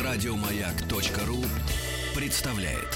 Радиомаяк.ру представляет.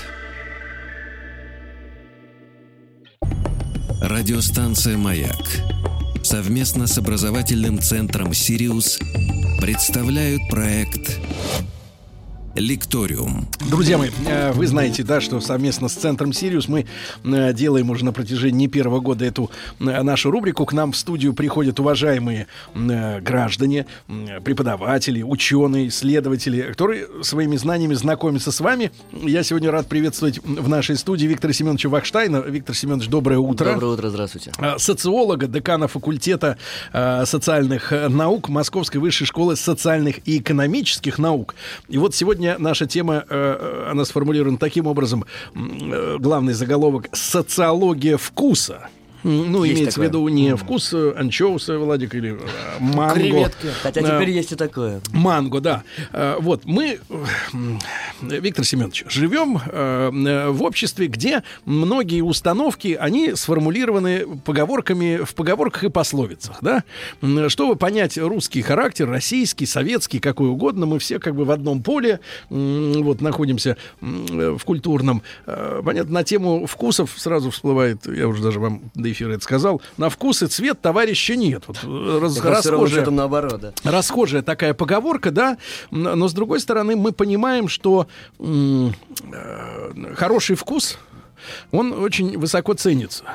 Радиостанция «Маяк» совместно с образовательным центром «Сириус» представляют проект «Лекториум». Друзья мои, вы знаете, да, что совместно с центром «Сириус» мы делаем уже на протяжении не первого года эту нашу рубрику. К нам в студию приходят уважаемые граждане, преподаватели, ученые, исследователи, которые своими знаниями знакомятся с вами. Я сегодня рад приветствовать в нашей студии Виктора Семеновича Вахштайна. Виктор Семенович, доброе утро. Доброе утро, здравствуйте. Социолога, декана факультета социальных наук Московской высшей школы социальных и экономических наук. И вот сегодня наша тема, она сформулирована таким образом, главный заголовок «Социология вкуса». Ну, есть имеется такое в виду не вкус анчоуса, Владик, или манго. Креветки. Хотя теперь есть и такое. Манго, да. Вот, мы, Виктор Семенович, живем в обществе, где многие установки, они сформулированы поговорками, в поговорках и пословицах, да. Чтобы понять русский характер, российский, советский, какой угодно, мы все как бы в одном поле, вот, находимся в культурном. Понятно, на тему вкусов сразу всплывает, я уже даже вам эфир это сказал, на вкус и цвет товарища нет. Вот, наоборот, да. Расхожая такая поговорка, да, но с другой стороны мы понимаем, что хороший вкус, он очень высоко ценится.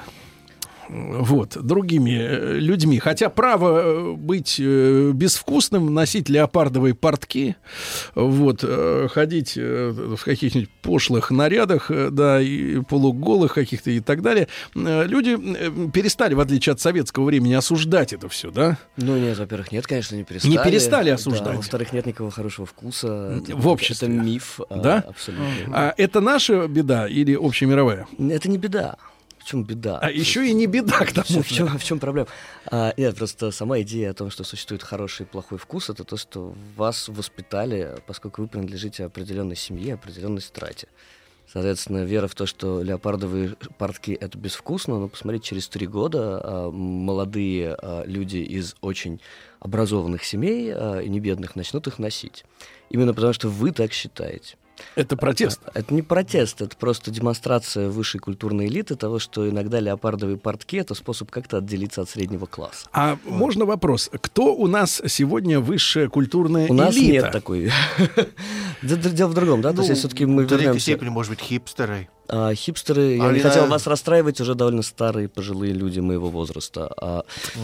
Вот, другими людьми. Хотя право быть безвкусным, носить леопардовые портки, вот, ходить в каких-нибудь пошлых нарядах, да, и полуголых каких-то и так далее, люди перестали, в отличие от советского времени, осуждать это все, да? Ну, нет, во-первых, нет, конечно, не перестали. Не перестали осуждать. Да, во-вторых, нет никакого хорошего вкуса. В обществе. Это миф. Да? Абсолютно. Это наша беда или общемировая? Это не беда. В чем беда? А еще и не беда, к тому же. В чем проблема? Нет, просто сама идея о том, что существует хороший и плохой вкус, это то, что вас воспитали, поскольку вы принадлежите определенной семье, определенной страте. Соответственно, вера в то, что леопардовые портки — это безвкусно, но посмотрите, через 3 года молодые люди из очень образованных семей и не бедных начнут их носить. Именно потому, что вы так считаете. Это протест? Это не протест, это просто демонстрация высшей культурной элиты того, что иногда леопардовые портки — это способ как-то отделиться от среднего класса. А можно вопрос? Кто у нас сегодня высшая культурная элита? У нас нет такой. Дело в другом, да? То есть все-таки мы в некой степени, может быть, хипстеры. Хипстеры, я не хотел вас расстраивать, уже довольно старые пожилые люди моего возраста.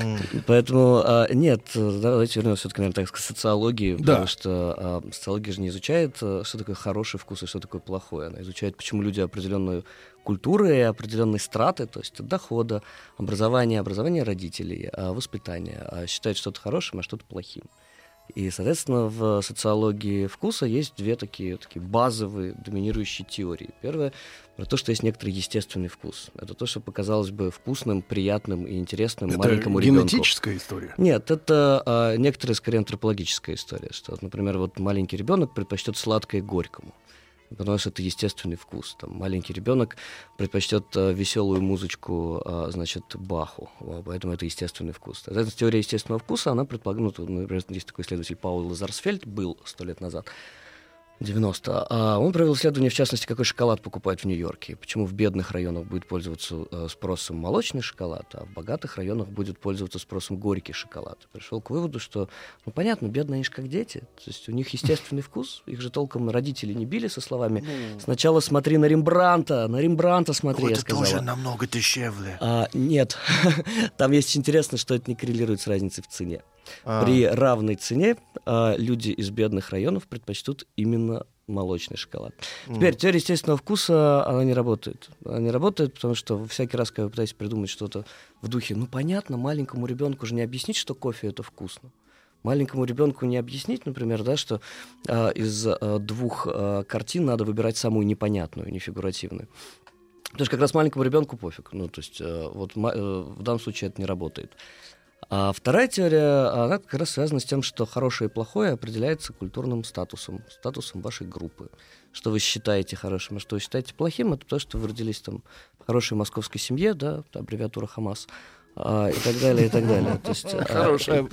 Поэтому нет, давайте вернемся все-таки, наверное, к социологии, потому что социология же не изучает, что такое хороший вкус и что такое плохой. Она изучает, почему люди определенную культуры и определенной страты, то есть дохода, образования родителей, воспитания, считают что-то хорошим, а что-то плохим. И, соответственно, в социологии вкуса есть 2 такие базовые доминирующие теории. Первая — про то, что есть некоторый естественный вкус. Это то, что показалось бы вкусным, приятным и интересным это маленькому ребенку. Это генетическая история? Нет, это некоторая, скорее, антропологическая история. Что, например, вот маленький ребенок предпочтет сладкое горькому, потому что это естественный вкус. Там, маленький ребенок предпочтет веселую музычку, значит, Баху, поэтому это естественный вкус. Эта теория естественного вкуса, она предполагает, например, есть такой исследователь Паул Лазарсфельд, был 100 лет назад, 90. Он провел исследование, в частности, какой шоколад покупают в Нью-Йорке, почему в бедных районах будет пользоваться спросом молочный шоколад, а в богатых районах будет пользоваться спросом горький шоколад. Пришел к выводу, что, понятно, бедные, они же как дети, то есть у них естественный вкус, их же толком родители не били со словами «сначала смотри на Рембрандта смотри», я сказала. Это тоже намного дешевле. Нет, там есть интересно, что это не коррелирует с разницей в цене. При равной цене люди из бедных районов предпочтут именно молочный шоколад. Теперь теория естественного вкуса, она не работает. Она не работает, потому что всякий раз, когда вы пытаетесь придумать что-то в духе, понятно, маленькому ребенку же не объяснить, что кофе — это вкусно. Маленькому ребенку не объяснить, например, да, что из 2 картин надо выбирать самую непонятную, нефигуративную. Потому что как раз маленькому ребенку пофиг. То есть в данном случае это не работает. А вторая теория, она как раз связана с тем, что хорошее и плохое определяется культурным статусом вашей группы. Что вы считаете хорошим, а что вы считаете плохим, это то, что вы родились в хорошей московской семье, да, аббревиатура ХАМАС, и так далее, и так далее. То есть, Хорошая.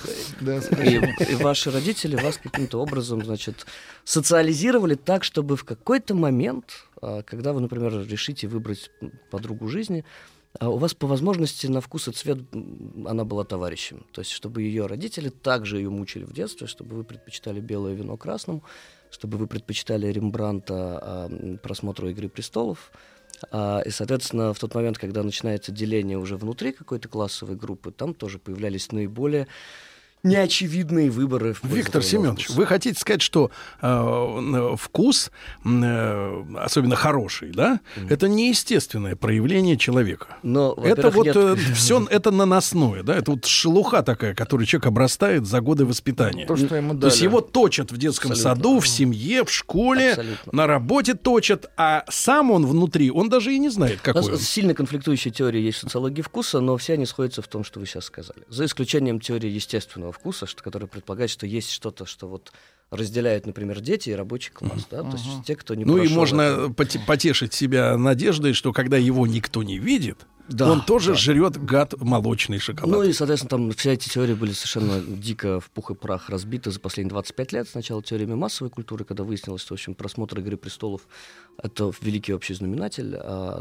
и ваши родители вас каким-то образом, значит, социализировали так, чтобы в какой-то момент, когда вы, например, решите выбрать подругу жизни, у вас по возможности на вкус и цвет она была товарищем. То есть, чтобы ее родители также ее мучили в детстве, чтобы вы предпочитали белое вино красному, чтобы вы предпочитали Рембрандта просмотру «Игры престолов». И, соответственно, в тот момент, когда начинается деление уже внутри какой-то классовой группы, там тоже появлялись наиболее неочевидные выборы. Виктор Семенович, вы хотите сказать, что вкус, особенно хороший, да, это неестественное проявление человека. Но, это вот нет. все это наносное, да, это вот шелуха такая, которой человек обрастает за годы воспитания. То, что ему То есть дали. его точат в детском саду, в семье, в школе, Абсолютно. на работе точат, а сам он внутри, он даже и не знает, У какой он. нас сильно конфликтующие теории есть в социологии вкуса, но все они сходятся в том, что вы сейчас сказали. За исключением теории естественного вкуса, которая предполагает, что есть что-то, что вот разделяют, например, дети и рабочий класс. Да? То есть те, кто не Ну и прошел можно это. потешить себя надеждой, что когда его никто не видит, Да, он тоже да. жрет, гад, молочный шоколад. Ну и, соответственно, там все эти теории были совершенно дико в пух и прах разбиты за последние 25 лет. Сначала теориями массовой культуры, когда выяснилось, что, в общем, просмотр «Игры престолов» — это великий общий знаменатель.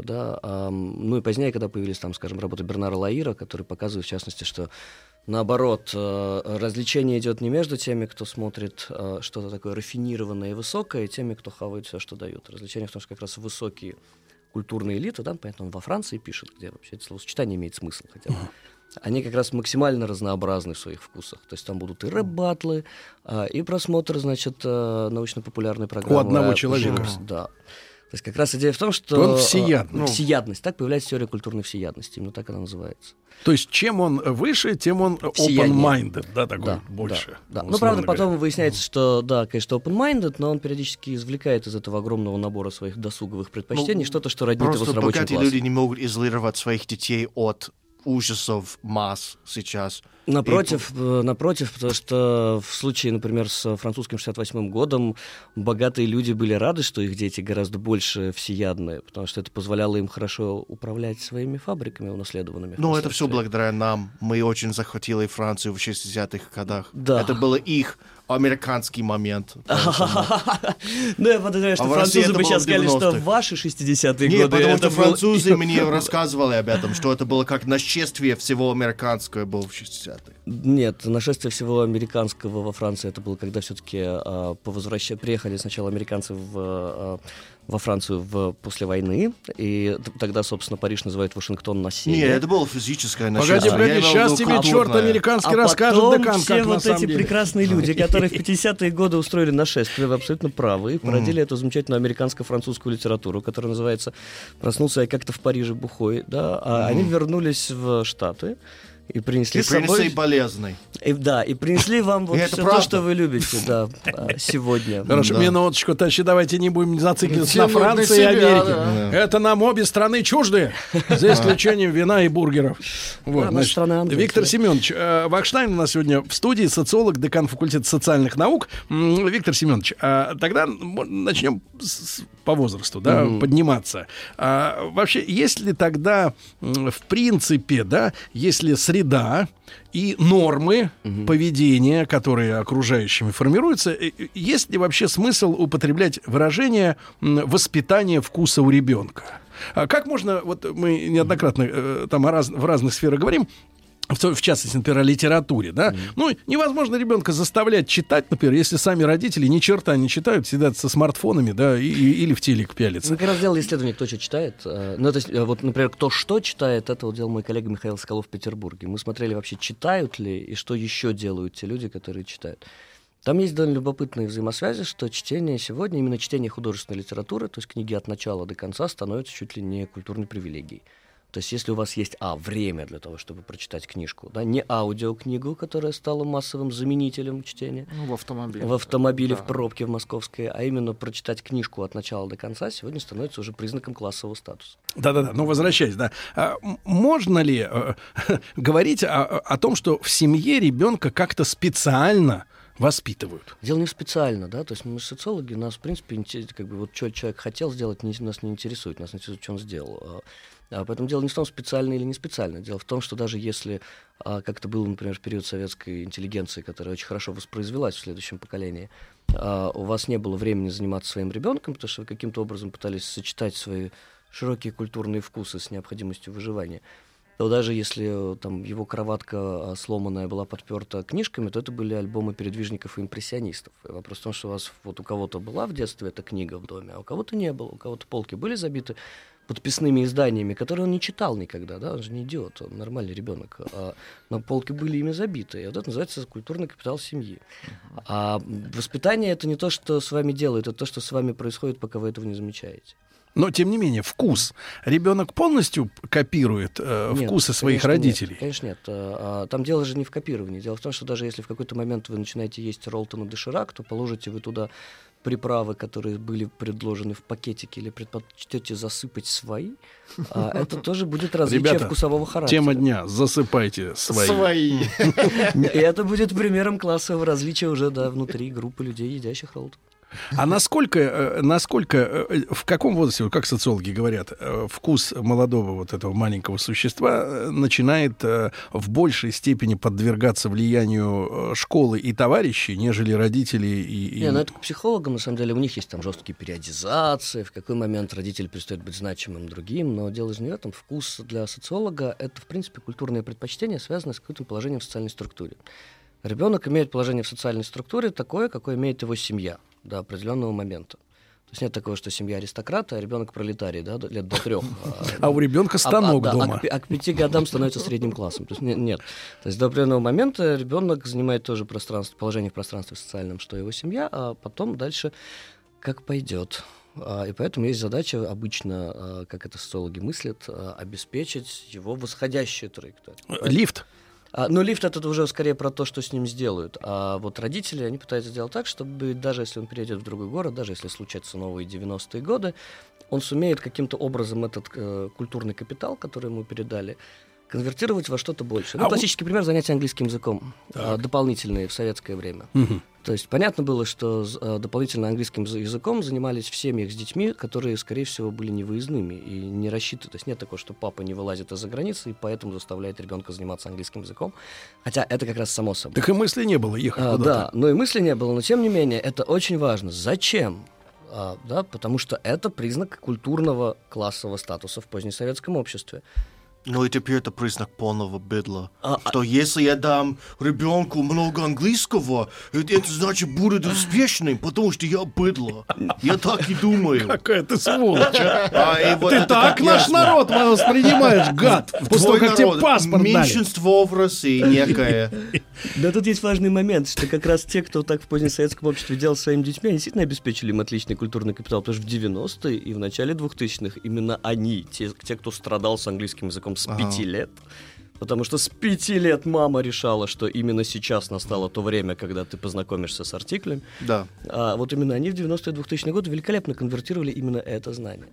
Ну и позднее, когда появились, там, скажем, работы Бернара Лаира, которые показывают, в частности, что наоборот, развлечение идет не между теми, кто смотрит что-то такое рафинированное и высокое, и теми, кто хавает все, что дают. Развлечение в том, что как раз высокие культурные элиты, да, понятно, он во Франции пишет, где вообще это словосочетание имеет смысл хотя бы. Они как раз максимально разнообразны в своих вкусах. То есть там будут и рэп-баттлы, и просмотр, значит, научно-популярной программы. У одного человека. Да. То есть как раз идея в том, что... Он всеядный. Всеядность. Так появляется теория культурной всеядности. Именно так она называется. То есть чем он выше, тем он Сияние. open-minded, да, такой Да, больше. Да. Ну, условно правда, говоря. потом выясняется, что, да, конечно, open-minded, но он периодически извлекает из этого огромного набора своих досуговых предпочтений что-то, что роднит его с Просто рабочим богатые классом. люди не могут изолировать своих детей от ужасов масс сейчас. Напротив, потому что в случае, например, с французским 68-м годом богатые люди были рады, что их дети гораздо больше всеядные, потому что это позволяло им хорошо управлять своими фабриками, унаследованными. Ну, это все впоследствии. благодаря нам. Мы очень захватили Францию в 60-х годах. Да. Это был их американский момент. Ну, я подозреваю, что А в России французы это бы было сейчас в сказали, что 90-х. ваши 60-е Нет, годы... потому это что был- французы мне рассказывали об этом, что это было как нашествие всего американского было в 60-х. Нет, нашествие всего американского во Франции это было, когда все-таки приехали сначала американцы во Францию после войны, и тогда, собственно, Париж называют Вашингтон на севере. Нет, это было физическое Погоди, нашествие. Я имел в сейчас виду тебе черт культурное. американский А расскажет, потом декан, все как на вот самом эти деле. прекрасные люди, которые в 50-е годы устроили нашествие, вы абсолютно правы, и породили эту замечательную американско-французскую литературу, которая называется «Проснулся я как-то в Париже бухой», да, а они вернулись в Штаты и принесли И с собой... принесли болезный. И принесли вам вот И это все правда. то, что вы любите, да, сегодня. Хорошо, Да. минуточку, товарищи, давайте не будем зацикливаться на Тянуть на Франции и себя, Америке. да. Это нам обе страны чужды, за исключением вина и бургеров. Вот, наша значит, страна Англия, Виктор да. Семенович Вахштайн у нас сегодня в студии, социолог, декан факультета социальных наук. Виктор Семенович, тогда начнем по возрасту, да, подниматься. Вообще, есть ли тогда, в принципе, да, если среда и нормы поведения, которые окружающими формируются, есть ли вообще смысл употреблять выражение «воспитание вкуса у ребенка»? Как можно, вот мы неоднократно там в разных сферах говорим, в частности, например, о литературе, да? Ну, невозможно ребенка заставлять читать, например, если сами родители ни черта не читают, сидят со смартфонами, да, или в телек пялятся. Мы как раз делали исследование, кто что читает. Ну, то есть, вот, например, кто что читает, это вот делал мой коллега Михаил Соколов в Петербурге. Мы смотрели вообще, читают ли, и что еще делают те люди, которые читают. Там есть довольно любопытные взаимосвязи, что чтение сегодня, именно чтение художественной литературы, то есть книги от начала до конца, становится чуть ли не культурной привилегией. То есть если у вас есть, время для того, чтобы прочитать книжку, да, не аудиокнигу, которая стала массовым заменителем чтения, Ну, в автомобиле. в автомобиле, Да. в пробке в московской, а именно прочитать книжку от начала до конца, сегодня становится уже признаком классового статуса. Да-да-да, ну возвращаясь, да. Можно ли говорить о том, что в семье ребенка как-то специально воспитывают? Дело не специально, да, то есть мы социологи, нас, в принципе, как бы вот что человек хотел сделать, нас не интересует, нас интересует, что он сделал. Поэтому дело не в том, специально или не специально. Дело в том, что даже если, как это было, например, в период советской интеллигенции, которая очень хорошо воспроизвелась в следующем поколении, у вас не было времени заниматься своим ребенком, потому что вы каким-то образом пытались сочетать свои широкие культурные вкусы с необходимостью выживания, то даже если там его кроватка сломанная была подперта книжками, то это были альбомы передвижников и импрессионистов. И вопрос в том, что у кого-то была в детстве эта книга в доме, а у кого-то не было. У кого-то полки были забиты подписными изданиями, которые он не читал никогда, да, он же не идиот, он нормальный ребенок, но полки были ими забиты, и вот это называется культурный капитал семьи. А воспитание — это не то, что с вами делают, это то, что с вами происходит, пока вы этого не замечаете. Но, тем не менее, вкус. Ребенок полностью копирует вкусы своих родителей? Нет, конечно, нет. Там дело же не в копировании. Дело в том, что даже если в какой-то момент вы начинаете есть роллтон и доширак, то положите вы туда приправы, которые были предложены в пакетике, или предпочтете засыпать свои, это тоже будет различие вкусового характера. Тема дня. Засыпайте свои. И это будет примером классового различия уже, да, внутри группы людей, едящих роллтон. А насколько, в каком возрасте, как социологи говорят, вкус молодого вот этого маленького существа начинает в большей степени подвергаться влиянию школы и товарищей, нежели родителей? Не, ну это к психологам, на самом деле, у них есть там жесткие периодизации, в какой момент родитель перестает быть значимым другим, но дело же не в этом. Вкус для социолога — это, в принципе, культурное предпочтение, связанное с каким-то положением в социальной структуре. Ребенок имеет положение в социальной структуре такое, какое имеет его семья до определенного момента. То есть нет такого, что семья аристократа, а ребенок пролетарий, да, лет до 3. А у ребенка станок дома. А к 5 годам становится средним классом. То есть нет. То есть до определенного момента ребенок занимает тоже положение в пространстве социальном, что его семья, а потом дальше как пойдет. И поэтому есть задача обычно, как это социологи мыслят, обеспечить его восходящую траекторию. Лифт? Но лифт — это уже скорее про то, что с ним сделают. А вот родители, они пытаются сделать так, чтобы даже если он переедет в другой город, даже если случатся новые 90-е годы, он сумеет каким-то образом этот культурный капитал, который ему передали, конвертировать во что-то большее. Классический пример — занятия английским языком, дополнительные в советское время. То есть понятно было, что дополнительно английским языком занимались в семьях с детьми, которые, скорее всего, были невыездными и не рассчитаны. То есть нет такого, что папа не вылазит из-за границы и поэтому заставляет ребенка заниматься английским языком. Хотя это как раз само собой. Так и мысли не было ехать куда-то. Да, но и мысли не было, но тем не менее это очень важно. Зачем? Да, потому что это признак культурного классового статуса в позднесоветском обществе. Ну и теперь это признак полного быдла. Что если я дам ребенку много английского, это значит будет успешным, потому что я быдло. Я так и думаю. Какая ты сволочь. Ты так наш народ воспринимаешь, гад. После того, как тебе паспорт дали. Меньшинство в России некое. Да тут есть важный момент, что как раз те, кто так в позднесоветском обществе делал своими детьми, они действительно обеспечили им отличный культурный капитал, потому что в 90-е и в начале 2000-х именно они, те, кто страдал с английским языком с 5 лет. Потому что с 5 лет мама решала, что именно сейчас настало то время, когда ты познакомишься с артиклями. Да. А вот именно они в 90-е 2000-е годы великолепно конвертировали именно это знание.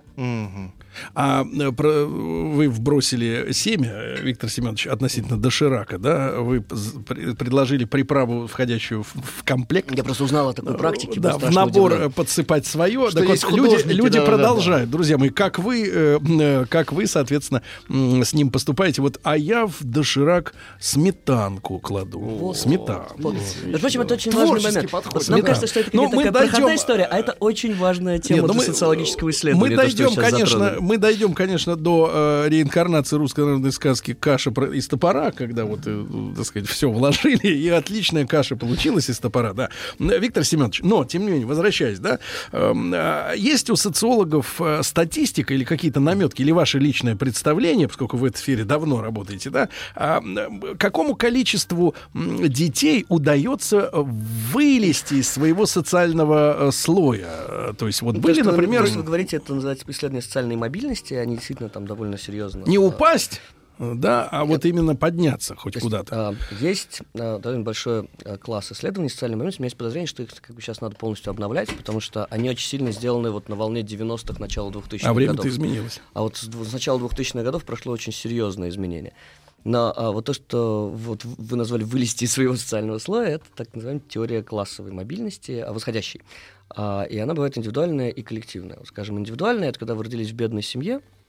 Вы вбросили семя, Виктор Семенович, относительно доширака, да? Вы предложили приправу, входящую в комплект. Я просто узнал о такой практике. Да, в набор подсыпать свое. Так вот, люди продолжают. Друзья мои, как вы, соответственно, с ним поступаете? Вот, а я в доширак сметанку кладу. Сметанку. Впрочем, это очень важный момент. Нам кажется, что это какая-то такая проходная история, а это очень важная тема для социологического исследования. Мы дойдем, конечно, до реинкарнации русской народной сказки «Каша из топора», когда вот, так сказать, все вложили, и отличная каша получилась из топора, да. Виктор Семенович, но, тем не менее, возвращаясь, да, есть у социологов статистика или какие-то наметки, или ваше личное представление, поскольку вы в этой сфере давно работаете, да, какому количеству детей удается вылезти из своего социального слоя? То есть вот были, например... Вы говорите, это называется исследование социальной мобильности, они действительно там довольно серьезно... Не упасть, да, а вот именно подняться хоть куда-то. Есть довольно большой класс исследований социальной мобильности. У меня есть подозрение, что их сейчас надо полностью обновлять, потому что они очень сильно сделаны вот на волне 90-х, начала 2000-х годов. А время-то изменилось. А вот с начала 2000-х годов прошло очень серьезное изменение. Но вот то, что вот вы назвали вылезти из своего социального слоя, это так называемая теория классовой мобильности, восходящей. И она бывает индивидуальная и коллективная. Вот, скажем, индивидуальная — это когда вы родились в бедной семье,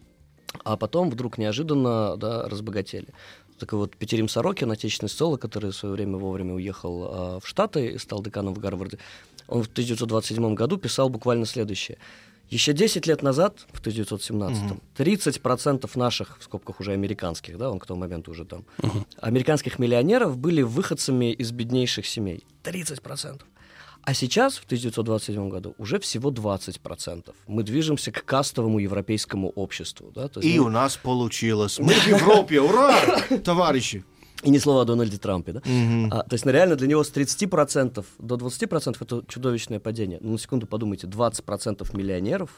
а потом вдруг неожиданно разбогатели. Такой вот Петерим Сорокин, отечественный социолог, который в свое время вовремя уехал в Штаты и стал деканом в Гарварде, он в 1927 году писал буквально следующее. Еще 10 лет назад, в 1917-м, 30% наших, в скобках уже американских, да, он к тому моменту уже там, американских миллионеров были выходцами из беднейших семей. 30%. А сейчас, в 1927 году, уже всего 20%. Мы движемся к кастовому европейскому обществу. Да? То есть у нас получилось. Мы в Европе, ура, товарищи! И ни слова о Дональде Трампе. Да? То есть, реально для него с 30% до 20% это чудовищное падение. Ну, на секунду подумайте, 20% миллионеров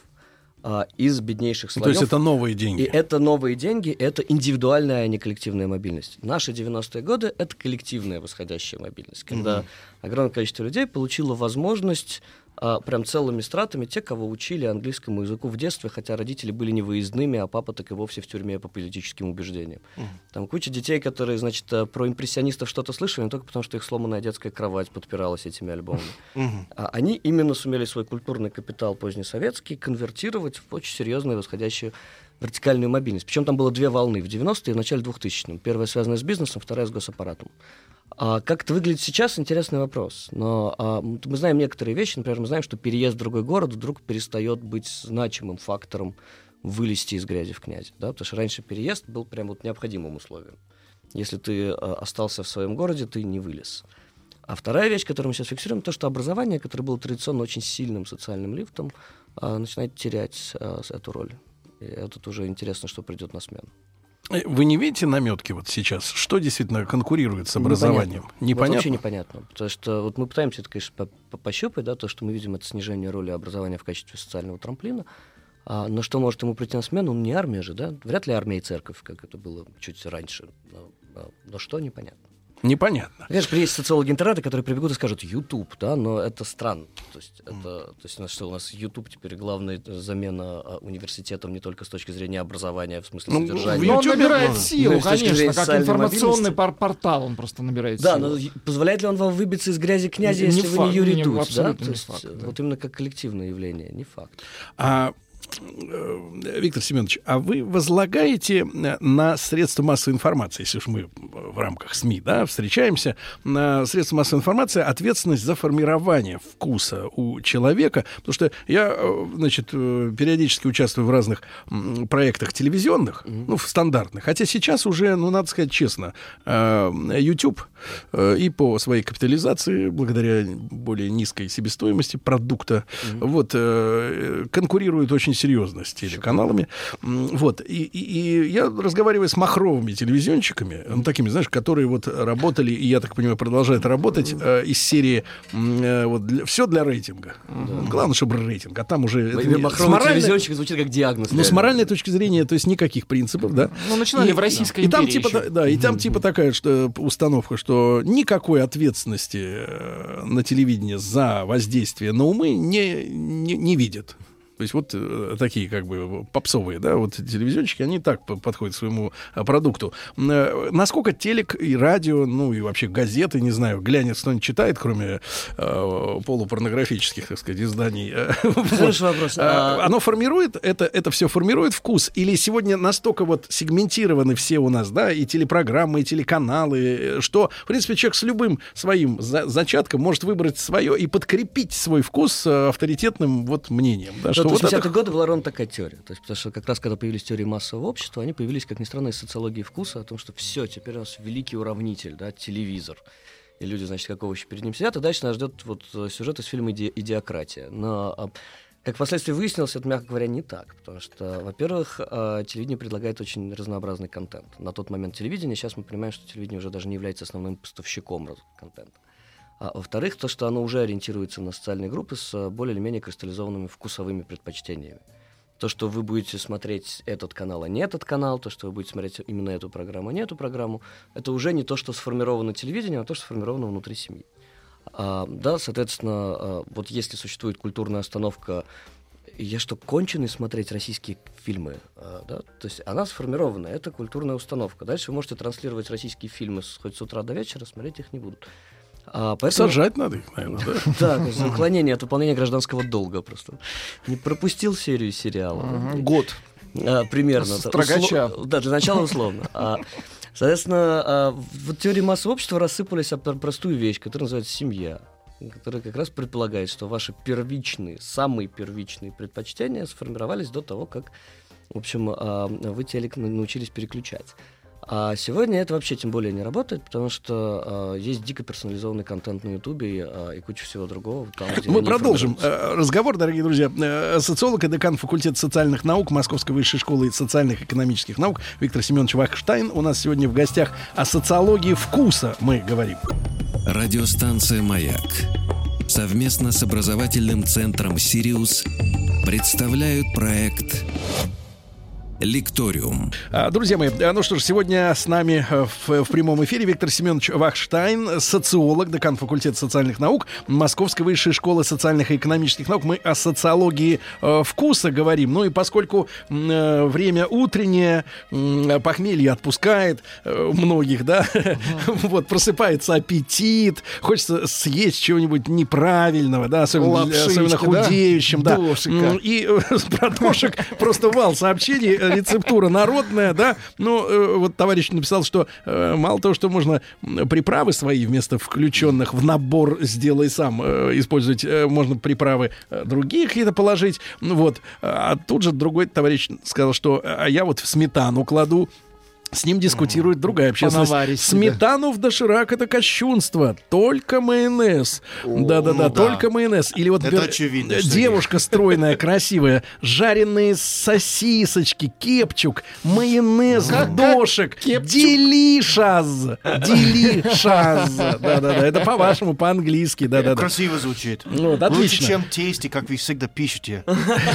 из беднейших слоев. То есть это новые деньги. И это новые деньги, это индивидуальная, а не коллективная мобильность. Наши 90-е годы — это коллективная восходящая мобильность, когда огромное количество людей получило возможность прям целыми стратами, те, кого учили английскому языку в детстве, хотя родители были не выездными, а папа так и вовсе в тюрьме по политическим убеждениям. Там куча детей, которые, значит, про импрессионистов что-то слышали, не только потому, что их сломанная детская кровать подпиралась этими альбомами. Они именно сумели свой культурный капитал позднесоветский конвертировать в очень серьезную восходящую вертикальную мобильность. Причем там было две волны в 90-е и в начале 2000-х. Первая связана с бизнесом, вторая с госаппаратом. Как это выглядит сейчас, интересный вопрос. Но мы знаем некоторые вещи. Например, мы знаем, что переезд в другой город вдруг перестает быть значимым фактором вылезти из грязи в князи. Да? Потому что раньше переезд был прям вот необходимым условием. Если ты остался в своем городе, ты не вылез. А вторая вещь, которую мы сейчас фиксируем, то, что образование, которое было традиционно очень сильным социальным лифтом, начинает терять эту роль. И тут уже интересно, что придет на смену. Вы не видите наметки вот сейчас? Что действительно конкурирует с образованием? Непонятно. Вот вообще непонятно. Потому что вот мы пытаемся это, конечно, пощупать, да, то, что мы видим, это снижение роли образования в качестве социального трамплина. Но что может ему прийти на смену? Не армия же, да? Вряд ли армия и церковь, как это было чуть раньше. Но что, непонятно. Непонятно. Конечно, есть социологи-интернеты, которые прибегут и скажут YouTube, да, но это странно. То есть у нас YouTube теперь главная замена университетом не только с точки зрения образования, в смысле содержания. Но он набирает силу, конечно, как информационный портал он просто набирает силу. Да, но позволяет ли он вам выбиться из грязи князя, если вы не Юрий Дудь? Абсолютно не факт. Вот именно как коллективное явление, не факт. Виктор Семенович, а вы возлагаете на средства массовой информации, если уж мы в рамках СМИ, да, встречаемся, на средства массовой информации ответственность за формирование вкуса у человека? Потому что я, значит, периодически участвую в разных проектах телевизионных, ну, в стандартных, хотя сейчас уже, ну, надо сказать честно, YouTube и по своей капитализации, благодаря более низкой себестоимости продукта, вот, конкурирует очень серьезно с телеканалами. Вот. И я разговариваю с махровыми телевизионщиками, ну, такими, знаешь, которые вот работали, и, я так понимаю, продолжают работать из серии вот, все для рейтинга. Главное, чтобы рейтинг. А там уже... Махровый телевизионщик звучит как диагноз. Ну, с моральной точки зрения, то есть никаких принципов, да. Ну, начинали в Российской империи. И там типа такая установка, что никакой ответственности на телевидении за воздействие на умы не видят. То есть вот такие как бы попсовые, да, вот телевизионщики, они так подходят к своему продукту. Насколько телек и радио, ну и вообще газеты, не знаю, глянец кто-нибудь читает, кроме полупорнографических, так сказать, изданий? Хороший вопрос. Оно формирует, это все формирует вкус? Или сегодня настолько вот сегментированы все у нас, да, и телепрограммы, и телеканалы, что, в принципе, человек с любым своим зачатком может выбрать свое и подкрепить свой вкус авторитетным вот мнением, да, что в 80-е годы была ровно такая теория. То есть, потому что как раз когда появились теории массового общества, они появились, как ни странно, из социологии вкуса, о том, что все, теперь у нас великий уравнитель, да, телевизор. И люди, значит, как овощи перед ним сидят, и дальше нас ждет вот сюжет из фильма «Идиократия». Но, как впоследствии выяснилось, это, мягко говоря, не так. Потому что, во-первых, телевидение предлагает очень разнообразный контент. На тот момент телевидения, сейчас мы понимаем, что телевидение уже даже не является основным поставщиком контента. А во-вторых, то, что оно уже ориентируется на социальные группы с более или менее кристаллизованными вкусовыми предпочтениями. То, что вы будете смотреть этот канал, а не этот канал, то, что вы будете смотреть именно эту программу, а не эту программу, это уже не то, что сформировано телевидением, а то, что сформировано внутри семьи. Да, соответственно, вот если существует культурная остановка, я что, конченый смотреть российские фильмы? Да? То есть она сформирована, это культурная установка. Дальше вы можете транслировать российские фильмы хоть с утра до вечера, смотреть их не будут. Поэтому... Сажать надо их, наверное, да? Да, за уклонение от выполнения гражданского долга просто. Не пропустил серию сериала. Год. Примерно. Строгача. Да, для начала условно. Соответственно, в теории массового общества рассыпались об простую вещь, которая называется семья, которая как раз предполагает, что ваши самые первичные предпочтения сформировались до того, как, в общем, вы телек научились переключать. А сегодня это вообще тем более не работает, потому что есть дико персонализованный контент на Ютубе и куча всего другого. Там, мы продолжим разговор, дорогие друзья. Социолог и декан факультета социальных наук Московской высшей школы социальных и экономических наук Виктор Семенович Вахштайн у нас сегодня в гостях. О социологии вкуса мы говорим. Радиостанция «Маяк» совместно с образовательным центром «Сириус» представляют проект «Лекториум». Друзья мои, ну что ж, сегодня с нами в прямом эфире Виктор Семенович Вахштайн, социолог, декан факультета социальных наук Московской высшей школы социальных и экономических наук. Мы о социологии вкуса говорим. Ну и поскольку время утреннее, похмелье отпускает многих, да, вот, просыпается аппетит, хочется съесть чего-нибудь неправильного, да, особенно худеющим, да. И про дошек просто вал сообщений. Рецептура народная, да. Ну, вот товарищ написал, что мало того, что можно приправы свои вместо включенных в набор «сделай сам» использовать, можно приправы другие какие-то положить. Вот. А тут же другой товарищ сказал, что я вот в сметану кладу. С ним дискутирует другая общественность. Сметану в доширак — это кощунство. Только майонез. Да-да-да, только майонез. Или вот девушка стройная, красивая, жареные сосисочки, кепчук, майонез в дошек. Делишаз. Да-да-да, это по-вашему, по-английски. Да-да-да. Красиво звучит. Лучше, чем тесте, как вы всегда пишете.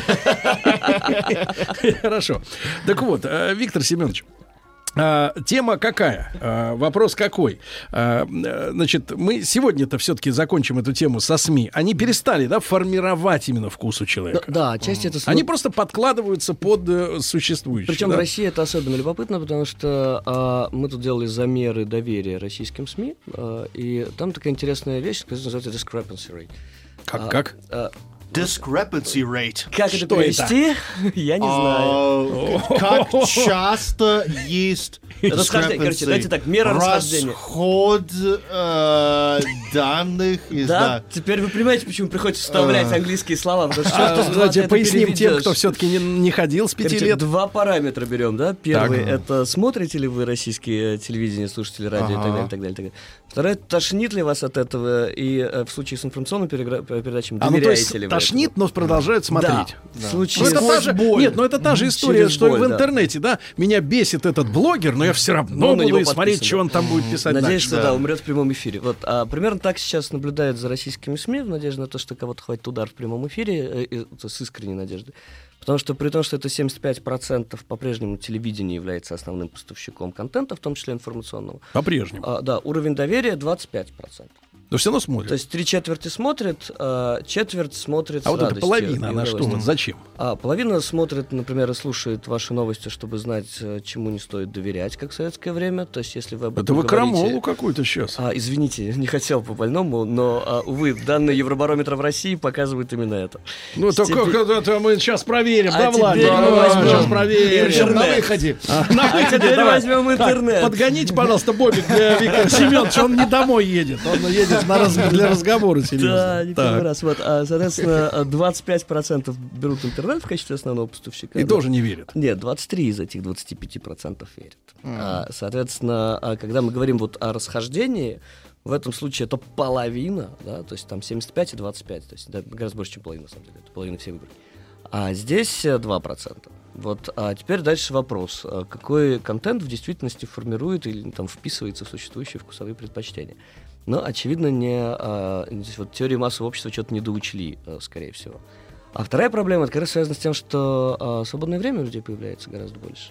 Хорошо. Так вот, Виктор Семенович, тема какая? Вопрос какой? Значит, мы сегодня-то все-таки закончим эту тему со СМИ. Они перестали, да, формировать именно вкус у человека. Да, отчасти это... Они просто подкладываются под существующее. Причем в России это особенно любопытно, потому что мы тут делали замеры доверия российским СМИ, и там такая интересная вещь, которая называется discrepancy rate. Как? Discrepancy rate. Как это перевести? Я не знаю. Как часто есть расхождение? Короче, давайте так, мера расхождения. Расход данных. Да, теперь вы понимаете, почему приходится вставлять английские слова. Давайте поясним тем, кто все-таки не ходил с 5 лет. Два параметра берем, да? Первый — это смотрите ли вы российские телевидение, слушаете радио и так далее. Второе — тошнит ли вас от этого, и в случае с информационными передачами доверяете ли вы? Тошнит, но продолжают смотреть. Да. В случае это та же история, что и в интернете, да. Меня бесит этот блогер, но я все равно буду смотреть, что он там будет писать. Надеюсь, что умрет в прямом эфире. Вот, примерно так сейчас наблюдают за российскими СМИ, в надежде на то, что кого-то хватит удар в прямом эфире, с искренней надеждой. Потому что при том, что это 75% по-прежнему телевидение является основным поставщиком контента, в том числе информационного. По-прежнему. Да, уровень доверия 25%. Но все равно смотрят. То есть 3/4 смотрят, четверть смотрит с радостью. Вот эта половина, она что? Зачем? Половина смотрит, например, и слушает ваши новости, чтобы знать, чему не стоит доверять, как в советское время. То есть, если вы об этом это вы говорите... крамолу какую-то сейчас. Извините, не хотел по-больному, но, увы, данные Евробарометра в России показывают именно это. Ну, то как это мы сейчас проверим, да, Влад? Сейчас проверим. На выходе. Теперь возьмем интернет. Подгоните, пожалуйста, Бобик для Виктора Семеновича. Он не домой едет. Он едет для разговора серьезно. Да, не первый раз. Вот, соответственно, 25% берут интернет в качестве основного поставщика. И тоже не верят. Нет, 23 из этих 25% верят. Соответственно, когда мы говорим вот о расхождении, в этом случае это половина, да, то есть там 75 и 25, то есть да, гораздо больше, чем половина, на самом деле, это половина всей выборки. А здесь 2%. Вот, а теперь дальше вопрос, какой контент в действительности формирует или там вписывается в существующие вкусовые предпочтения. Но, очевидно, здесь вот теорию массового общества что-то не доучли, скорее всего. А вторая проблема, это как раз связана с тем, что свободное время у людей появляется гораздо больше.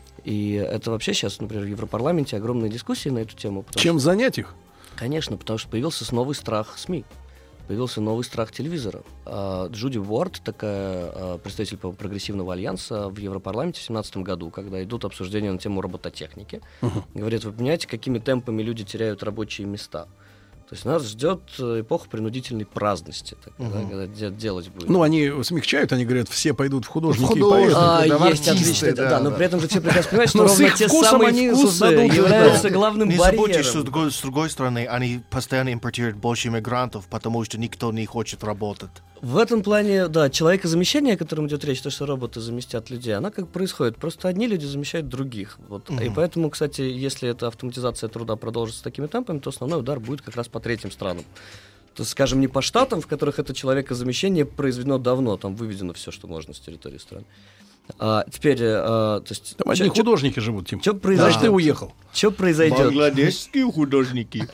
И это вообще сейчас, например, в Европарламенте огромные дискуссии на эту тему. Чем занять их? Конечно, потому что появился новый страх СМИ. Появился новый страх телевизора. Джуди Уорд, такая представитель прогрессивного альянса в Европарламенте в 2017 году, когда идут обсуждения на тему робототехники, говорит, вы понимаете, какими темпами люди теряют рабочие места. То есть нас ждет эпоха принудительной праздности, когда делать будет. Ну, они смягчают, они говорят, все пойдут в художники и поэты. Есть отличные, но при этом же все прекрасно понимают, что ровно те самые вкусы являются главным барьером. Не забудьте, что с другой стороны, они постоянно импортируют больше иммигрантов, потому что никто не хочет работать. В этом плане, да, человекозамещение, о котором идет речь, то, что роботы заместят людей, она как происходит. Просто одни люди замещают других. Вот. И поэтому, кстати, если эта автоматизация труда продолжится такими темпами, то основной удар будет как раз по третьим странам. То есть, скажем, не по штатам, в которых это человекозамещение произведено давно, там выведено все, что можно с территории страны. Теперь, то есть... Там одни художники живут, Тим. Что произойдет? Значит, ты уехал. Что произойдет? Бангладешские художники.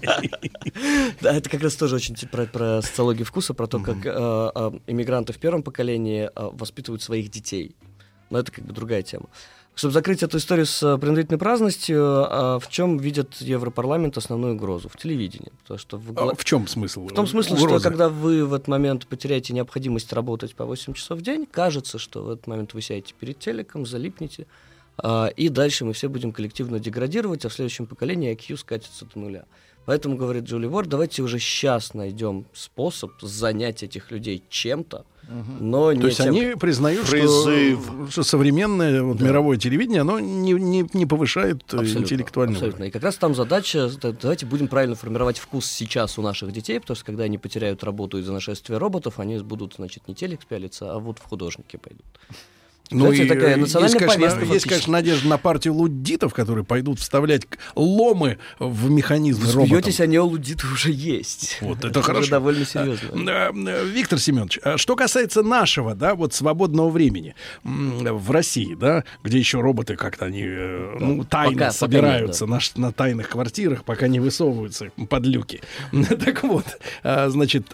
Да, это как раз тоже очень про социологию вкуса, про то, как иммигранты в первом поколении воспитывают своих детей. Но это как бы другая тема. Чтобы закрыть эту историю с принудительной праздностью, в чем видят Европарламент основную угрозу? В телевидении. Потому что в чем смысл? В том смысле, что когда вы в этот момент потеряете необходимость работать по 8 часов в день, кажется, что в этот момент вы сядете перед телеком, залипнете, и дальше мы все будем коллективно деградировать, а в следующем поколении IQ скатится до нуля. Поэтому, говорит Джули Уорд, давайте уже сейчас найдем способ занять этих людей чем-то, но не То есть они признают, что современное мировое телевидение, оно не повышает интеллектуальный уровень. Абсолютно. И как раз там задача, давайте будем правильно формировать вкус сейчас у наших детей, потому что когда они потеряют работу из-за нашествия роботов, они будут, значит, не телек пялиться, а вот в художники пойдут. Ну, и такая национальная повестка. Есть, конечно, надежда на партию луддитов, которые пойдут вставлять ломы в механизмы роботов. Смеетесь, они у луддитов уже есть. Вот это хорошо. Уже довольно серьезно. Виктор Семенович, что касается нашего, да, вот свободного времени в России, да, где еще роботы как-то они тайно собираются на тайных квартирах, пока не высовываются под люки. Так вот, значит,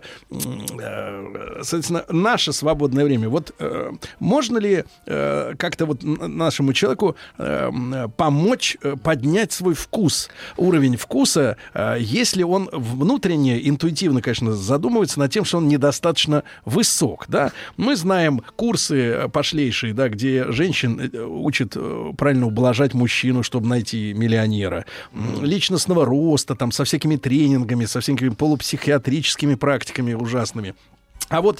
соответственно, наше свободное время. Вот можно ли как-то вот нашему человеку помочь поднять свой вкус, уровень вкуса, если он внутренне, интуитивно, конечно, задумывается над тем, что он недостаточно высок, да? Мы знаем курсы пошлейшие, да, где женщин учат правильно ублажать мужчину, чтобы найти миллионера, личностного роста, там, со всякими тренингами, со всякими полупсихиатрическими практиками ужасными. А вот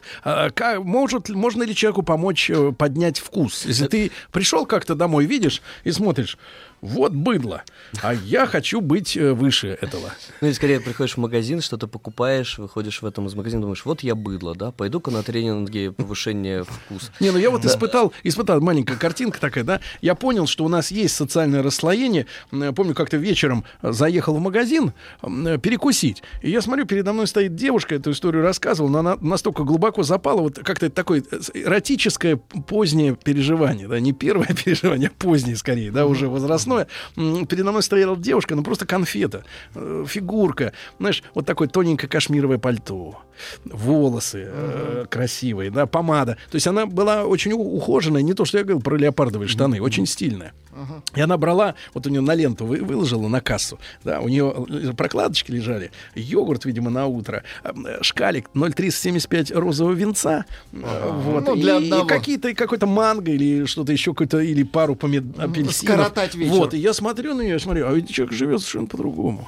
можно ли человеку помочь поднять вкус? Если ты пришел как-то домой, видишь и смотришь, вот быдло, а я хочу быть выше этого. Ну, или скорее приходишь в магазин, что-то покупаешь, выходишь в этом из магазина, думаешь, вот я быдло, да, пойду-ка на тренинги повышения вкуса. Не, ну я вот испытал маленькая картинка такая, да, я понял, что у нас есть социальное расслоение. Помню, как-то вечером заехал в магазин перекусить, и я смотрю, передо мной стоит девушка, эту историю рассказывала, но она настолько глубоко запала, вот как-то такое эротическое позднее переживание, да, не первое переживание, а позднее скорее, да, уже возрастное. Передо мной стояла девушка, ну просто конфета, фигурка, знаешь, вот такое тоненькое кашмировое пальто, волосы красивые, да, помада. То есть она была очень ухоженная, не то, что я говорил про леопардовые штаны, очень стильная. И она брала, вот у нее на ленту выложила на кассу, да, у нее прокладочки лежали, йогурт, видимо, на утро, шкалик 0,375 розового винца, вот, ну, и какой-то манго или что-то еще, или пару апельсинов. Скоротать вечер. Вот, и я смотрю на нее, а ведь человек живет совершенно по-другому.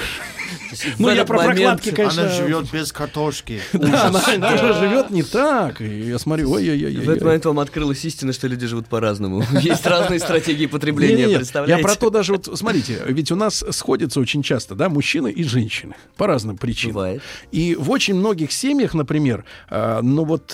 Ну, я про прокладки, конечно... Она живет без картошки. Да, она же живет не так. И я смотрю, ой-ой-ой. В этот момент вам открылась истина, что люди живут по-разному. Есть разные стратегии потребления, представляете? Я про то даже, вот смотрите, ведь у нас сходятся очень часто, да, мужчины и женщины. По разным причинам. Бывает. И в очень многих семьях, например, ну вот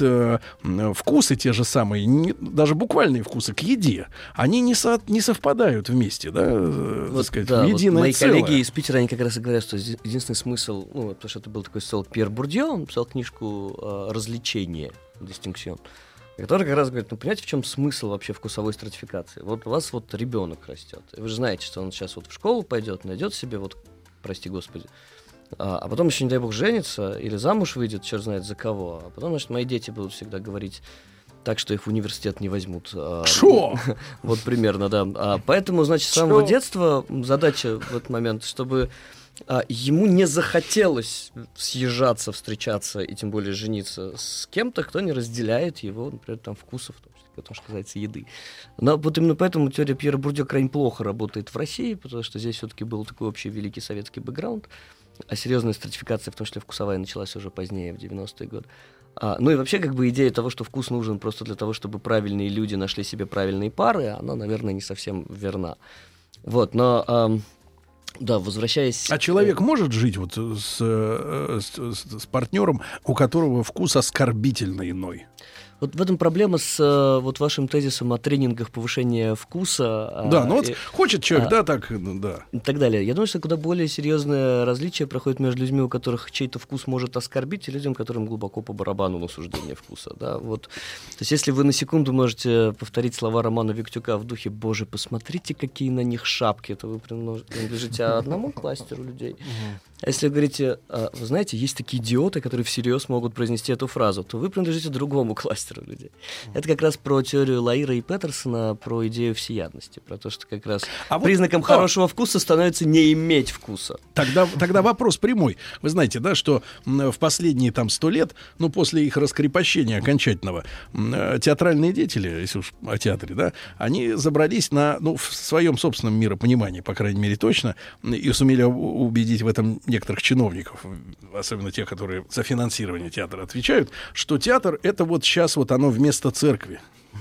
вкусы те же самые, даже буквальные вкусы к еде, они не совпадают вместе, да, так сказать, в единое целое. Мои коллеги из Питера, они как раз и говорят, что единственный смысл, ну, потому что это был такой социолог Пьер Бурдье, он написал книжку «Развлечение», «Дистинксион», который как раз говорит, ну, понимаете, в чем смысл вообще вкусовой стратификации? Вот у вас вот ребенок растет, и вы же знаете, что он сейчас вот в школу пойдет, найдет себе, вот, прости господи, а потом еще, не дай бог, женится или замуж выйдет, черт знает за кого, а потом, значит, мои дети будут всегда говорить так, что их в университет не возьмут. Шо? Вот примерно, да. Поэтому, значит, с самого детства задача в этот момент, чтобы ему не захотелось съезжаться, встречаться и тем более жениться с кем-то, кто не разделяет его, например, там, вкусов, потому что касается еды. Но вот именно поэтому теория Пьера Бурдье крайне плохо работает в России, потому что здесь все-таки был такой общий великий советский бэкграунд. А серьезная стратификация, в том числе вкусовая, началась уже позднее, в 90-е годы. Ну и вообще, как бы, идея того, что вкус нужен просто для того, чтобы правильные люди нашли себе правильные пары, она, наверное, не совсем верна. Вот, но... Да, возвращаясь... А человек может жить вот с партнером, у которого вкус оскорбительно иной? Вот в этом проблема с вот вашим тезисом о тренингах повышения вкуса. Да, ну вот хочет человек, да, так, да. И так далее. Я думаю, что куда более серьезное различие проходит между людьми, у которых чей-то вкус может оскорбить, и людям, которым глубоко по барабану на суждение вкуса. Да, вот. То есть если вы на секунду можете повторить слова Романа Виктюка в духе «Боже, посмотрите, какие на них шапки», то вы принадлежите одному кластеру людей. А если вы говорите, вы знаете, есть такие идиоты, которые всерьез могут произнести эту фразу, то вы принадлежите другому кластеру людей. Это как раз про теорию Лаира и Петерсона, про идею всеядности, про то, что как раз признаком хорошего вкуса становится не иметь вкуса. Тогда вопрос прямой. Вы знаете, да, что в последние там 100 лет, ну, после их раскрепощения окончательного, театральные деятели, если уж о театре, да, они забрались на, ну, в своем собственном миропонимании, по крайней мере, точно, и сумели убедить в этом некоторых чиновников, особенно тех, которые за финансирование театра отвечают, что театр — это вот сейчас вот оно вместо церкви.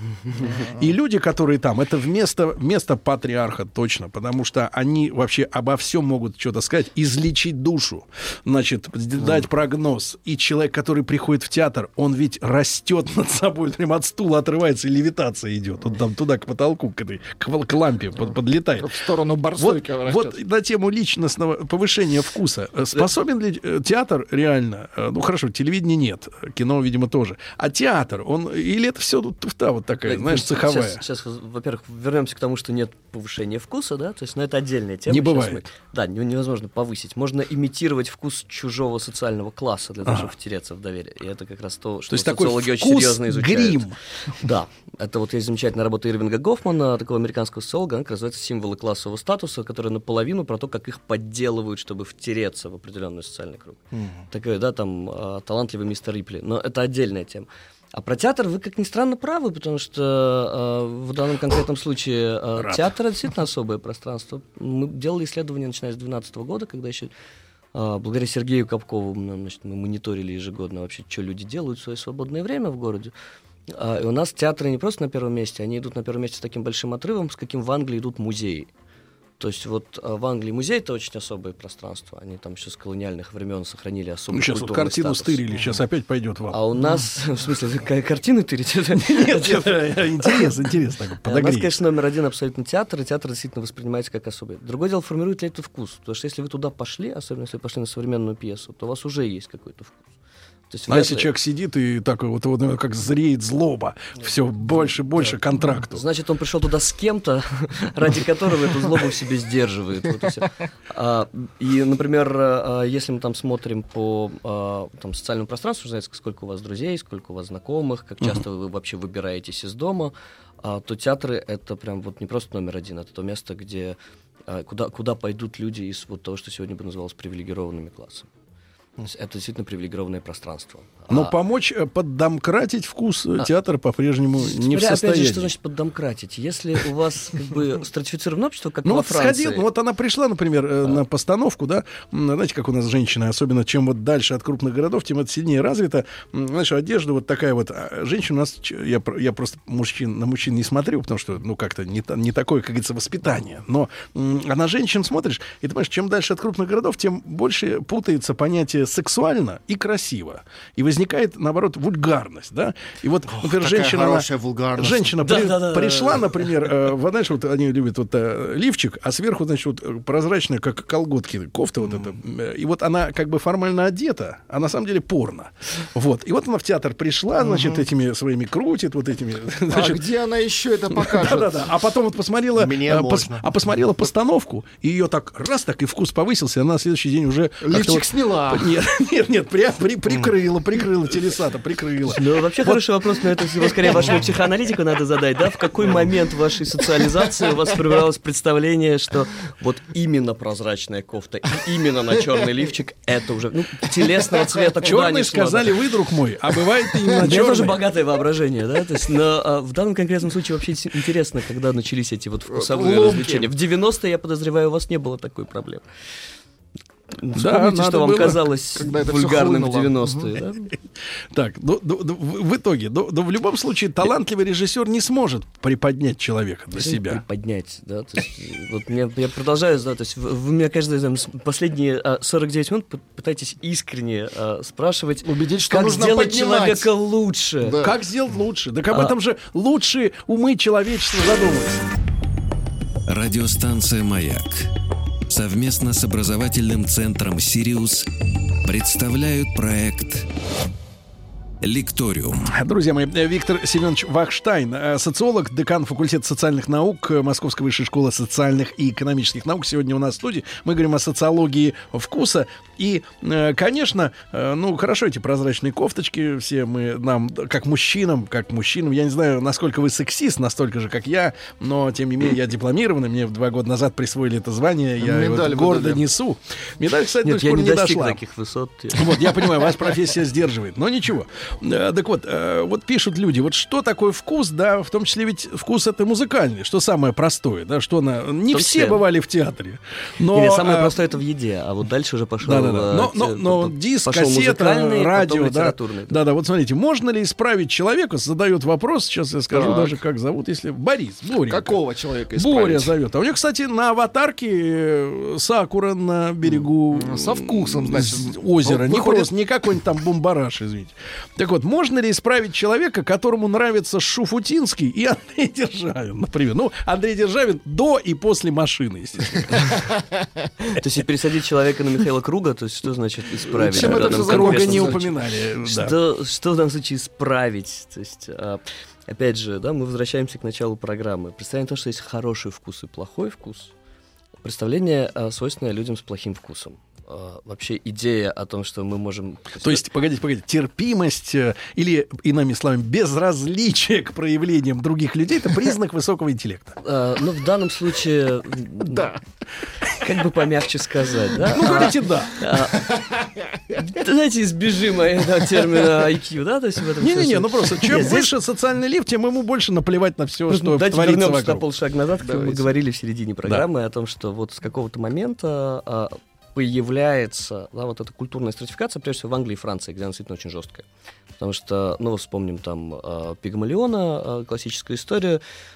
И люди, которые там, это вместо патриарха точно, потому что они вообще обо всем могут что-то сказать, излечить душу, значит, дать прогноз. И человек, который приходит в театр, он ведь растет над собой, прям от стула отрывается, и левитация идет. Он там туда к потолку, к лампе подлетает. В сторону барсойка растет. Вот на тему личностного повышения вкуса. Способен ли театр реально? Ну хорошо, телевидения нет, кино, видимо, тоже. А театр, он или это все туфта вот такая, знаешь, цеховая? Сейчас, во-первых, вернемся к тому, что нет повышения вкуса, да, то есть, это отдельная тема. Не бывает. Да, невозможно повысить. Можно имитировать вкус чужого социального класса для того, чтобы втереться в доверие. И это как раз то, что социологи очень серьезно изучают. Грим. Да, это вот есть замечательная работа Ирвинга Гофмана, такого американского социолога, она называется «Символы классового статуса», которая наполовину про то, как их подделывают, чтобы втереться в определенный социальный круг. Такой, да, там, талантливый мистер Рипли. Но это отдельная тема. А про театр вы, как ни странно, правы, потому что в данном конкретном случае театр — это действительно особое пространство. Мы делали исследования, начиная с 2012 года, когда еще благодаря Сергею Капкову мы мониторили ежегодно вообще, что люди делают в свое свободное время в городе. И у нас театры не просто на первом месте, они идут на первом месте с таким большим отрывом, с каким в Англии идут музеи. То есть вот в Англии музей — это очень особое пространство. Они там еще с колониальных времен сохранили особый культурный статус. Сейчас вот картину стырили, сейчас опять пойдет вам. А у нас, в смысле, картины тырить? Нет, интересно. У нас, конечно, номер один абсолютно театр, и театр действительно воспринимается как особый. Другое дело, формирует ли это вкус. Потому что если вы туда пошли, особенно если вы пошли на современную пьесу, то у вас уже есть какой-то вкус. То есть, если человек сидит и так вот как зреет злоба, все больше контракту. Значит, он пришел туда с кем-то, ради которого эту злобу в себе сдерживает. Вот и, например, если мы там смотрим по социальному пространству, знаете, сколько у вас друзей, сколько у вас знакомых, как часто вы вообще выбираетесь из дома, то театры — это прям вот не просто номер один, это то место, где куда пойдут люди из вот того, что сегодня бы называлось привилегированными классами. Это действительно привилегированное пространство. Но помочь поддомкратить вкус театр по-прежнему не в состоянии. Опять же, что значит поддомкратить? Если у вас как бы стратифицированное общество, как во Франции... Сходил, вот она пришла, например, на постановку, да, знаете, как у нас женщины, особенно чем вот дальше от крупных городов, тем это сильнее развито. Знаешь, одежда вот такая вот. Женщина у нас, я просто на мужчин не смотрю, потому что, ну, как-то не такое, как говорится, воспитание. Но на женщин смотришь, и ты понимаешь, чем дальше от крупных городов, тем больше путается понятие сексуально и красиво. И возникает, наоборот, вульгарность, да? И вот, например, женщина пришла, например, знаешь, вот они любят вот лифчик, а сверху, значит, вот прозрачная, как колготки, кофта вот эта. И вот она как бы формально одета, а на самом деле порно. Вот. И вот она в театр пришла, значит, этими своими крутит, вот этими... Значит, а где она еще это покажет? Да-да-да. А потом вот посмотрела постановку, и ее так раз, так и вкус повысился, она на следующий день уже... Лифчик сняла. Нет, прикрыла телесата, прикрыла. Ну, вообще хороший вопрос, но это скорее вашему психоаналитику надо задать, да? В какой момент вашей социализации у вас формировалось представление, что вот именно прозрачная кофта и именно на черный лифчик — это уже, телесного цвета. Черный сказали вы, друг мой, а бывает и именно черный. У меня тоже богатое воображение, да? То есть, но в данном конкретном случае вообще интересно, когда начались эти вот вкусовые развлечения. В 90-е, я подозреваю, у вас не было такой проблемы. Вспомните, что вам казалось вульгарным в 90-е. Да? Так, в итоге, в любом случае, талантливый режиссер не сможет приподнять человека для себя. Приподнять, да. То есть, вот я продолжаю, да, то есть вы мне каждые последние 49 минут пытаетесь искренне спрашивать, убедить, что как нужно сделать поднимать человека лучше. Да. Как сделать лучше? Так об этом же лучшие умы человечества задумываются. Радиостанция «Маяк» совместно с образовательным центром «Сириус» представляют проект «Лекториум». Друзья мои, Виктор Семенович Вахштайн, социолог, декан факультета социальных наук Московской высшей школы социальных и экономических наук. Сегодня у нас в студии. Мы говорим о социологии вкуса. И, конечно, ну, хорошо эти прозрачные кофточки. Все мы, нам, как мужчинам, я не знаю, насколько вы сексист, настолько же, как я, но, тем не менее, я дипломированный. Мне 2 года назад присвоили это звание. Я его гордо несу. Медаль, кстати, до сих пор не дошла. Нет, я не достиг таких высот. Вот, я понимаю, вас профессия сдерживает, но ничего. Так вот, вот пишут люди, вот что такое вкус, да, в том числе ведь вкус это музыкальный, что самое простое, да, что не все бывали в театре. Но самое простое это в еде, а вот дальше уже пошел. Но диск, кассета, радио, да, вот смотрите, можно ли исправить человека, задает вопрос, сейчас я скажу даже, как зовут, если Борис, Боря. Какого человека исправить? Боря зовет. А у него, кстати, на аватарке сакура на берегу со вкусом, значит, озера, не какой-нибудь там бумбараш, извините. Так вот, можно ли исправить человека, которому нравится Шуфутинский и Андрей Державин, например? Ну, Андрей Державин до и после машины, естественно. То есть, пересадить человека на Михаила Круга, то есть, что значит исправить? Круга не упоминали. Что в данном случае исправить? То есть, опять же, да, мы возвращаемся к началу программы. Представляем то, что есть хороший вкус и плохой вкус. Представление, свойственное людям с плохим вкусом. Вообще идея о том, что мы можем... То есть, погодите, терпимость или, иными словами, безразличие к проявлениям других людей — это признак высокого интеллекта. Ну, в данном случае... Да. Как бы помягче сказать, да? Ну, говорите «да». Давайте избежим этого термина IQ, да? Не-не-не, ну просто, чем выше социальный лифт, тем ему больше наплевать на все, что творится вокруг. На полшага назад, как мы говорили в середине программы, о том, что вот с какого-то момента появляется, да, вот эта культурная стратификация, прежде всего в Англии и Франции, где она действительно очень жесткая. Потому что, ну, вспомним там Пигмалиона, классическую историю.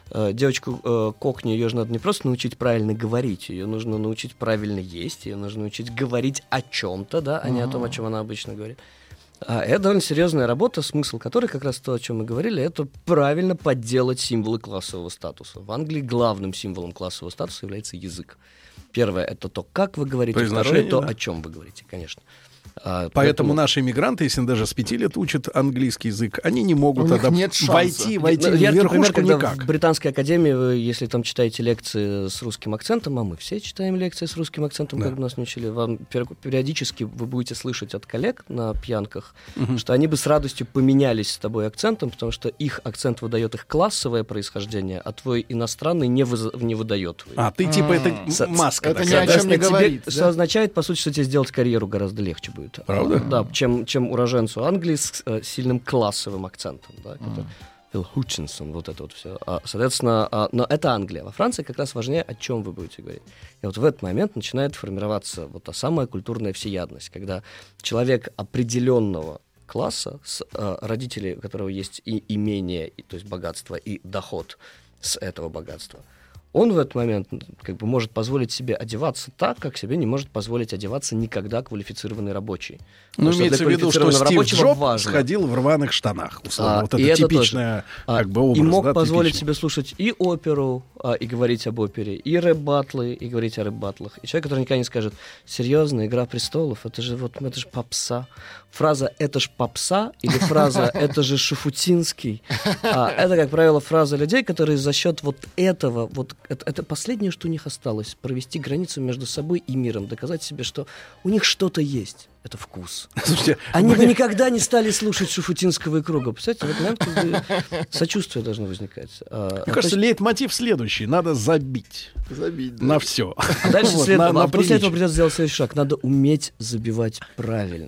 Девочку Кокни, ее же надо не просто научить правильно говорить, ее нужно научить правильно есть, ее нужно научить говорить о чем-то, да, а не о том, о чем она обычно говорит. Это довольно серьезная работа, смысл которой, как раз то, о чем мы говорили, это правильно подделать символы классового статуса. В Англии главным символом классового статуса является язык. Первое — это то, как вы говорите, второе — то, о чем вы говорите, конечно. Поэтому наши иммигранты, если даже с 5 лет учат английский язык, они не могут войти в верхушку никак. В Британской академии, вы, если там читаете лекции с русским акцентом, а мы все читаем лекции с русским акцентом, как бы нас не учили, вам периодически вы будете слышать от коллег на пьянках, что они бы с радостью поменялись с тобой акцентом, потому что их акцент выдает их классовое происхождение, а твой иностранный не выдает. А ты типа это маска. Это ни о чем не говорит. Что означает, по сути, что тебе сделать карьеру гораздо легче будет. Правда? Да, чем уроженцу Англии с сильным классовым акцентом. Да, Фил Хутчинсон, вот это вот все. Соответственно, но это Англия. Во Франции как раз важнее, о чем вы будете говорить. И вот в этот момент начинает формироваться вот та самая культурная всеядность, когда человек определенного класса, родители, у которого есть и имение, то есть богатство, и доход с этого богатства, он в этот момент как бы может позволить себе одеваться так, как себе не может позволить одеваться никогда квалифицированный рабочий. Ну, имеется в виду, что Стив Джобс сходил в рваных штанах, условно. Вот это типичная как бы образ. И мог позволить себе слушать и оперу, и говорить об опере, и рэп-баттлы, и говорить о рэп-баттлах. И человек, который никогда не скажет: серьезно, «Игра престолов», это же попса. Фраза «это ж попса» или фраза «это же Шуфутинский». Это, как правило, фраза людей, которые за счет вот этого, вот это последнее, что у них осталось, провести границу между собой и миром, доказать себе, что у них что-то есть. Это вкус. Слушайте, они бы никогда не стали слушать Шуфутинского и Круга. Представляете, в этот момент сочувствие должно возникать. Мне кажется, лейтмотив следующий. Надо забить. На все. Дальше после этого придется сделать следующий шаг. Надо уметь забивать правильно.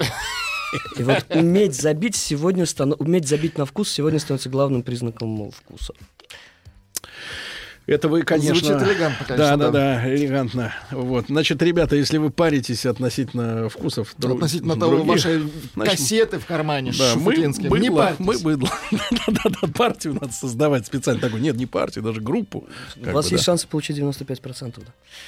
И вот уметь забить на вкус сегодня становится главным признаком вкуса. Это вы, конечно... Звучит элегантно, конечно. Да, элегантно. Вот. Значит, ребята, если вы паритесь относительно вкусов... Относительно того, вашей кассеты в кармане шуфутлинские. Мы быдло. Да, партию надо создавать специально. Такую, нет, не партию, даже группу. У вас есть шансы получить 95%.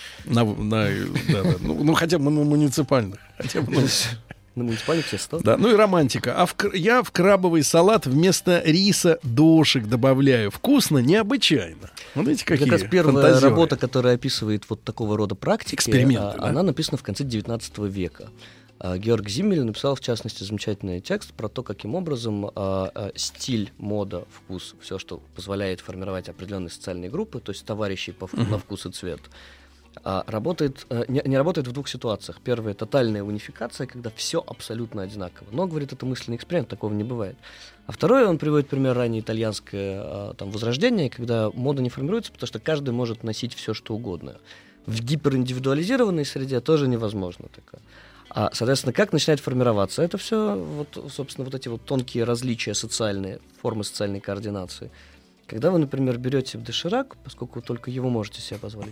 Ну, хотя бы на муниципальных. На муниципальных все 100. Да, ну и романтика. Я в крабовый салат вместо риса дошик добавляю. Вкусно, необычайно. Вот эти какие как раз первая фантазеры. работа, которая описывает вот такого рода практики, эксперименты, она написана в конце 19 века. Георг Зиммель написал, в частности, замечательный текст про то, каким образом стиль, мода, вкус, все, что позволяет формировать определенные социальные группы, то есть товарищей на вкус и цвет, работает, не работает в двух ситуациях. Первая — тотальная унификация, когда все абсолютно одинаково. Но, говорит, это мысленный эксперимент, такого не бывает. А второе, он приводит пример ранее итальянское возрождение, когда мода не формируется, потому что каждый может носить все, что угодно. В гипериндивидуализированной среде тоже невозможно такое. Соответственно, как начинает формироваться это все, вот, собственно, вот эти вот тонкие различия социальные, формы социальной координации. Когда вы, например, берете доширак, поскольку только его можете себе позволить,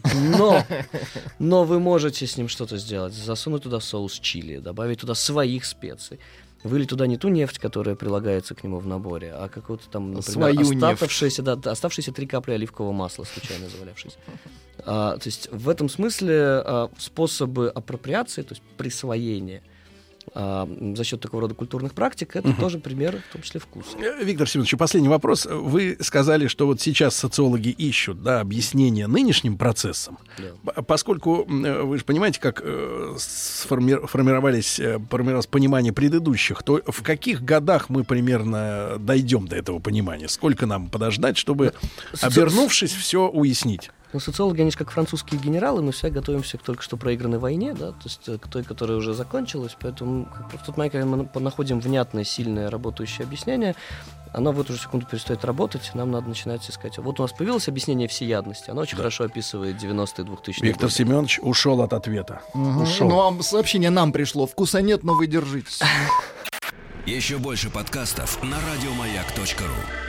но вы можете с ним что-то сделать, засунуть туда соус чили, добавить туда своих специй, вылить туда не ту нефть, которая прилагается к нему в наборе, а какую-то там, например, оставшиеся 3 капли оливкового масла, случайно завалявшись. То есть в этом смысле способы апроприации, то есть присвоения, за счет такого рода культурных практик, это тоже пример, в том числе вкуса. Виктор Семенович, последний вопрос. Вы сказали, что вот сейчас социологи ищут объяснение нынешним процессам, поскольку вы же понимаете, как сформировалось понимание предыдущих, то в каких годах мы примерно дойдем до этого понимания? Сколько нам подождать, чтобы, обернувшись, все уяснить? Но социологи, они же как французские генералы, мы все готовимся к только что проигранной войне, да, то есть к той, которая уже закончилась, поэтому в тот момент, когда мы находим внятное, сильное, работающее объяснение, оно в эту же секунду перестает работать, нам надо начинать искать. Вот у нас появилось объяснение всеядности, оно очень хорошо описывает 90-е, 2000-е Виктор годы. Семенович ушел от ответа. Ушел. Ну, а сообщение нам пришло. Вкуса нет, но вы держитесь. Еще больше подкастов на радиомаяк.ру.